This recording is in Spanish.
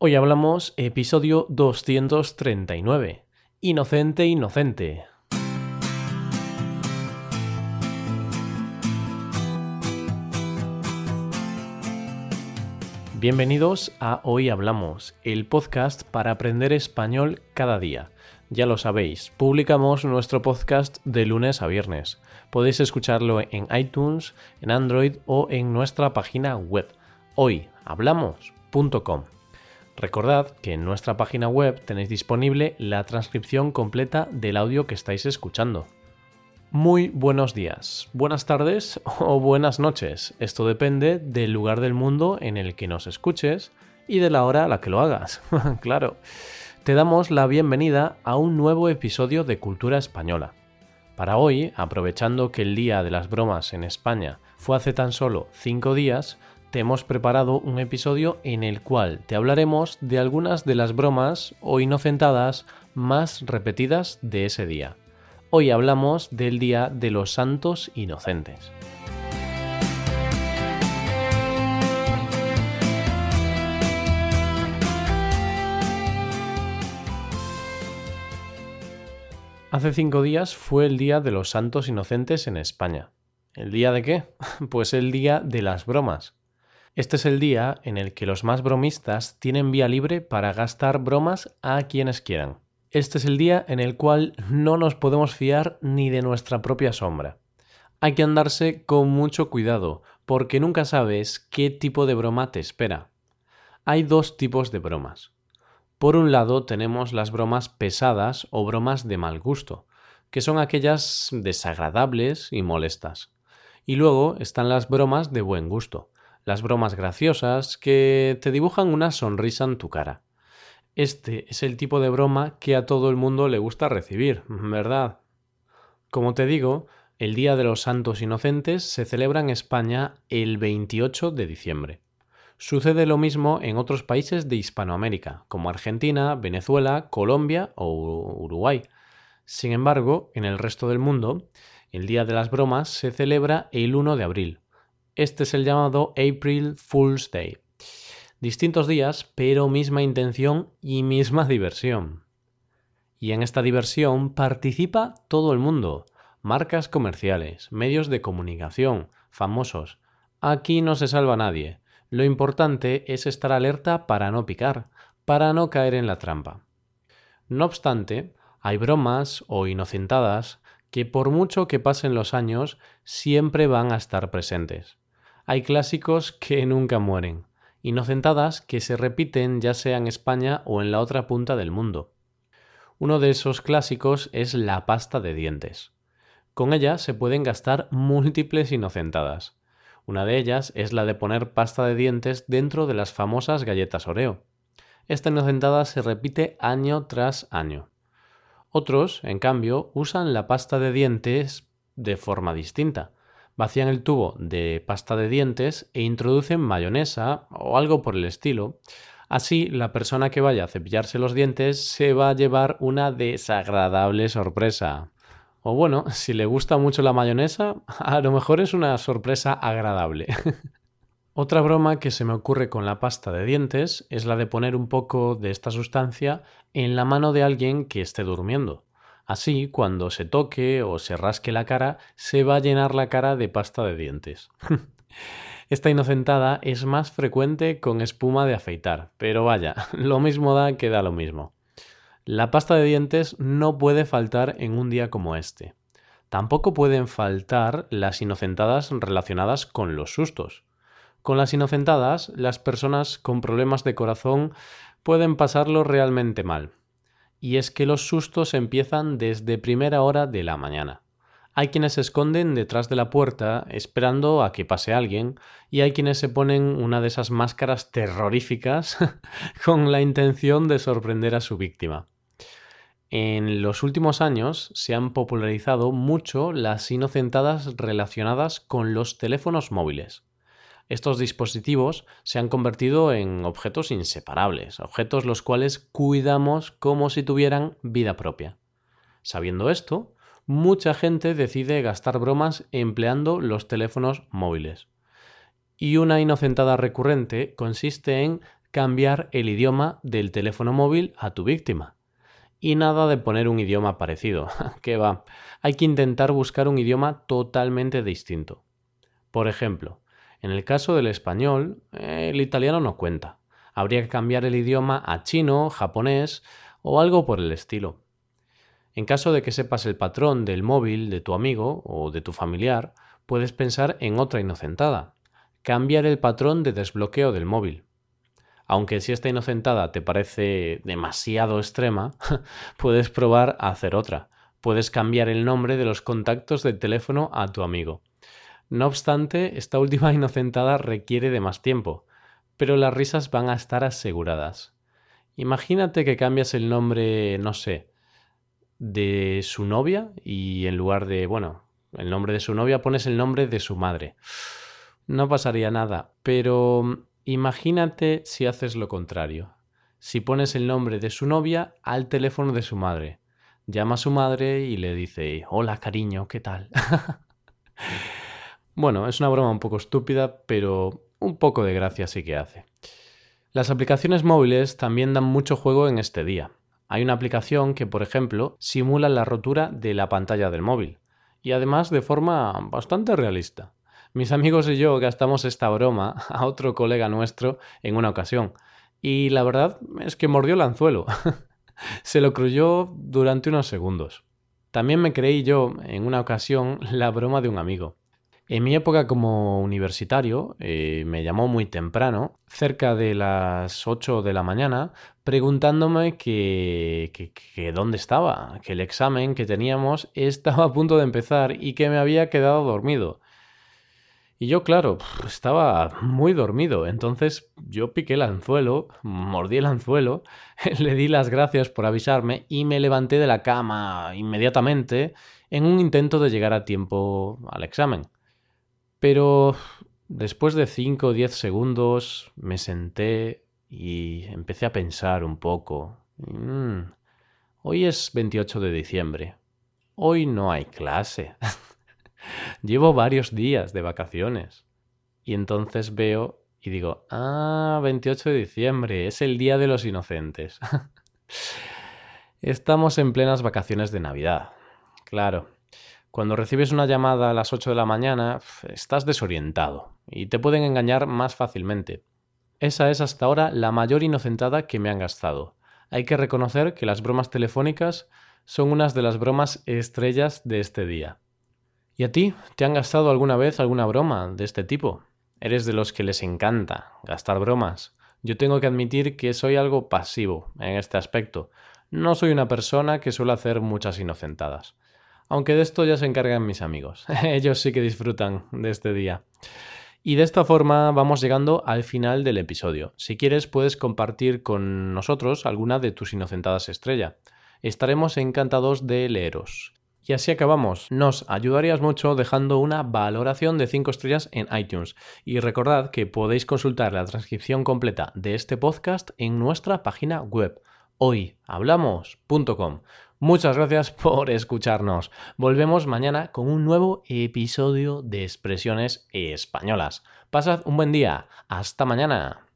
Hoy hablamos episodio 239. Inocente, inocente. Bienvenidos a Hoy Hablamos, el podcast para aprender español cada día. Ya lo sabéis, publicamos nuestro podcast de lunes a viernes. Podéis escucharlo en iTunes, en Android o en nuestra página web hoyhablamos.com. Recordad que en nuestra página web tenéis disponible la transcripción completa del audio que estáis escuchando. Muy buenos días, buenas tardes o buenas noches. Esto depende del lugar del mundo en el que nos escuches y de la hora a la que lo hagas. Claro, te damos la bienvenida a un nuevo episodio de Cultura Española. Para hoy, aprovechando que el Día de las Bromas en España fue hace tan solo 5 días, te hemos preparado un episodio en el cual te hablaremos de algunas de las bromas o inocentadas más repetidas de ese día. Hoy hablamos del Día de los Santos Inocentes. Hace 5 días fue el Día de los Santos Inocentes en España. ¿El día de qué? Pues el Día de las Bromas. Este es el día en el que los más bromistas tienen vía libre para gastar bromas a quienes quieran. Este es el día en el cual no nos podemos fiar ni de nuestra propia sombra. Hay que andarse con mucho cuidado, porque nunca sabes qué tipo de broma te espera. Hay 2 tipos de bromas. Por un lado tenemos las bromas pesadas o bromas de mal gusto, que son aquellas desagradables y molestas. Y luego están las bromas de buen gusto, las bromas graciosas que te dibujan una sonrisa en tu cara. Este es el tipo de broma que a todo el mundo le gusta recibir, ¿verdad? Como te digo, el Día de los Santos Inocentes se celebra en España el 28 de diciembre. Sucede lo mismo en otros países de Hispanoamérica, como Argentina, Venezuela, Colombia o Uruguay. Sin embargo, en el resto del mundo, el Día de las Bromas se celebra el 1 de abril. Este es el llamado April Fool's Day. Distintos días, pero misma intención y misma diversión. Y en esta diversión participa todo el mundo. Marcas comerciales, medios de comunicación, famosos. Aquí no se salva nadie. Lo importante es estar alerta para no picar, para no caer en la trampa. No obstante, hay bromas o inocentadas que por mucho que pasen los años, siempre van a estar presentes. Hay clásicos que nunca mueren. Inocentadas que se repiten ya sea en España o en la otra punta del mundo. Uno de esos clásicos es la pasta de dientes. Con ella se pueden gastar múltiples inocentadas. Una de ellas es la de poner pasta de dientes dentro de las famosas galletas Oreo. Esta inocentada se repite año tras año. Otros, en cambio, usan la pasta de dientes de forma distinta. Vacían el tubo de pasta de dientes e introducen mayonesa o algo por el estilo. Así, la persona que vaya a cepillarse los dientes se va a llevar una desagradable sorpresa. O bueno, si le gusta mucho la mayonesa, a lo mejor es una sorpresa agradable. Otra broma que se me ocurre con la pasta de dientes es la de poner un poco de esta sustancia en la mano de alguien que esté durmiendo. Así, cuando se toque o se rasque la cara, se va a llenar la cara de pasta de dientes. Esta inocentada es más frecuente con espuma de afeitar, pero vaya, lo mismo da que da lo mismo. La pasta de dientes no puede faltar en un día como este. Tampoco pueden faltar las inocentadas relacionadas con los sustos. Con las inocentadas, las personas con problemas de corazón pueden pasarlo realmente mal. Y es que los sustos empiezan desde primera hora de la mañana. Hay quienes se esconden detrás de la puerta esperando a que pase alguien y hay quienes se ponen una de esas máscaras terroríficas con la intención de sorprender a su víctima. En los últimos años se han popularizado mucho las inocentadas relacionadas con los teléfonos móviles. Estos dispositivos se han convertido en objetos inseparables, objetos los cuales cuidamos como si tuvieran vida propia. Sabiendo esto, mucha gente decide gastar bromas empleando los teléfonos móviles. Y una inocentada recurrente consiste en cambiar el idioma del teléfono móvil a tu víctima. Y nada de poner un idioma parecido. ¿Qué va? Hay que intentar buscar un idioma totalmente distinto. Por ejemplo, en el caso del español, el italiano no cuenta. Habría que cambiar el idioma a chino, japonés o algo por el estilo. En caso de que sepas el patrón del móvil de tu amigo o de tu familiar, puedes pensar en otra inocentada. Cambiar el patrón de desbloqueo del móvil. Aunque si esta inocentada te parece demasiado extrema, puedes probar a hacer otra. Puedes cambiar el nombre de los contactos del teléfono a tu amigo. No obstante, esta última inocentada requiere de más tiempo, pero las risas van a estar aseguradas. Imagínate que cambias el nombre, no sé, de su novia y en lugar de, el nombre de su novia pones el nombre de su madre. No pasaría nada, pero imagínate si haces lo contrario. Si pones el nombre de su novia al teléfono de su madre. Llama a su madre y le dice, hola cariño, ¿qué tal? Bueno, es una broma un poco estúpida, pero un poco de gracia sí que hace. Las aplicaciones móviles también dan mucho juego en este día. Hay una aplicación que, por ejemplo, simula la rotura de la pantalla del móvil, y además de forma bastante realista. Mis amigos y yo gastamos esta broma a otro colega nuestro en una ocasión, y la verdad es que mordió el anzuelo. Se lo creyó durante unos segundos. También me creí yo, en una ocasión, la broma de un amigo. En mi época como universitario, me llamó muy temprano, cerca de las 8 de la mañana, preguntándome que dónde estaba, que el examen que teníamos estaba a punto de empezar y que me había quedado dormido. Y yo, claro, estaba muy dormido, entonces yo piqué el anzuelo, mordí el anzuelo, le di las gracias por avisarme y me levanté de la cama inmediatamente en un intento de llegar a tiempo al examen. Pero después de 5 o 10 segundos me senté y empecé a pensar un poco. Hoy es 28 de diciembre. Hoy no hay clase. Llevo varios días de vacaciones. Y entonces veo y digo, 28 de diciembre, es el Día de los Inocentes. Estamos en plenas vacaciones de Navidad. Claro. Cuando recibes una llamada a las 8 de la mañana, estás desorientado y te pueden engañar más fácilmente. Esa es hasta ahora la mayor inocentada que me han gastado. Hay que reconocer que las bromas telefónicas son unas de las bromas estrellas de este día. ¿Y a ti? ¿Te han gastado alguna vez alguna broma de este tipo? ¿Eres de los que les encanta gastar bromas? Yo tengo que admitir que soy algo pasivo en este aspecto. No soy una persona que suele hacer muchas inocentadas. Aunque de esto ya se encargan mis amigos. Ellos sí que disfrutan de este día. Y de esta forma vamos llegando al final del episodio. Si quieres puedes compartir con nosotros alguna de tus inocentadas estrella. Estaremos encantados de leeros. Y así acabamos. Nos ayudarías mucho dejando una valoración de 5 estrellas en iTunes. Y recordad que podéis consultar la transcripción completa de este podcast en nuestra página web hoyhablamos.com. Muchas gracias por escucharnos. Volvemos mañana con un nuevo episodio de Expresiones Españolas. Pasad un buen día. Hasta mañana.